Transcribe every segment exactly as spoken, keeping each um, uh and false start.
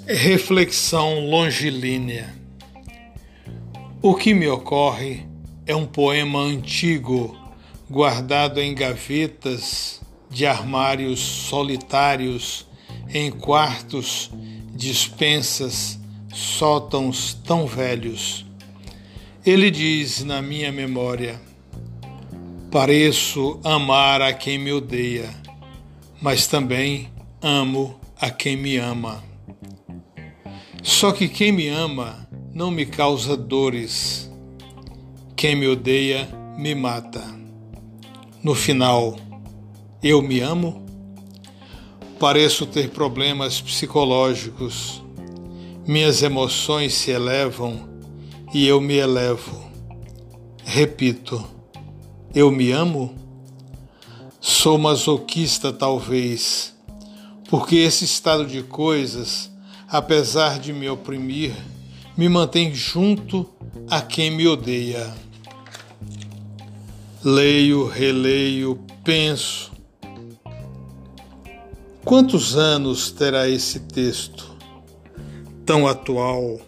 Reflexão longilínea. O que me ocorre é um poema antigo, guardado em gavetas de armários solitários, em quartos, despensas, sótãos tão velhos. Ele diz na minha memória: pareço amar a quem me odeia, mas também amo a quem me ama. Só que quem me ama não me causa dores. Quem me odeia me mata. No final, eu me amo? Pareço ter problemas psicológicos. Minhas emoções se elevam e eu me elevo. Repito, eu me amo? Sou masoquista, talvez, porque esse estado de coisas, apesar de me oprimir, me mantém junto a quem me odeia. Leio, releio, penso. Quantos anos terá esse texto, tão atual?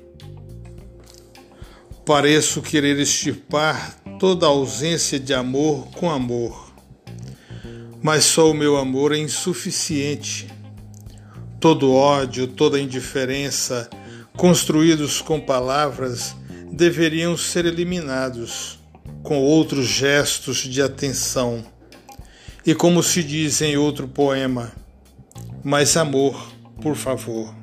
Pareço querer extirpar toda a ausência de amor com amor, mas só o meu amor é insuficiente. Todo ódio, toda indiferença, construídos com palavras, deveriam ser eliminados com outros gestos de atenção. E como se diz em outro poema: mais amor, por favor.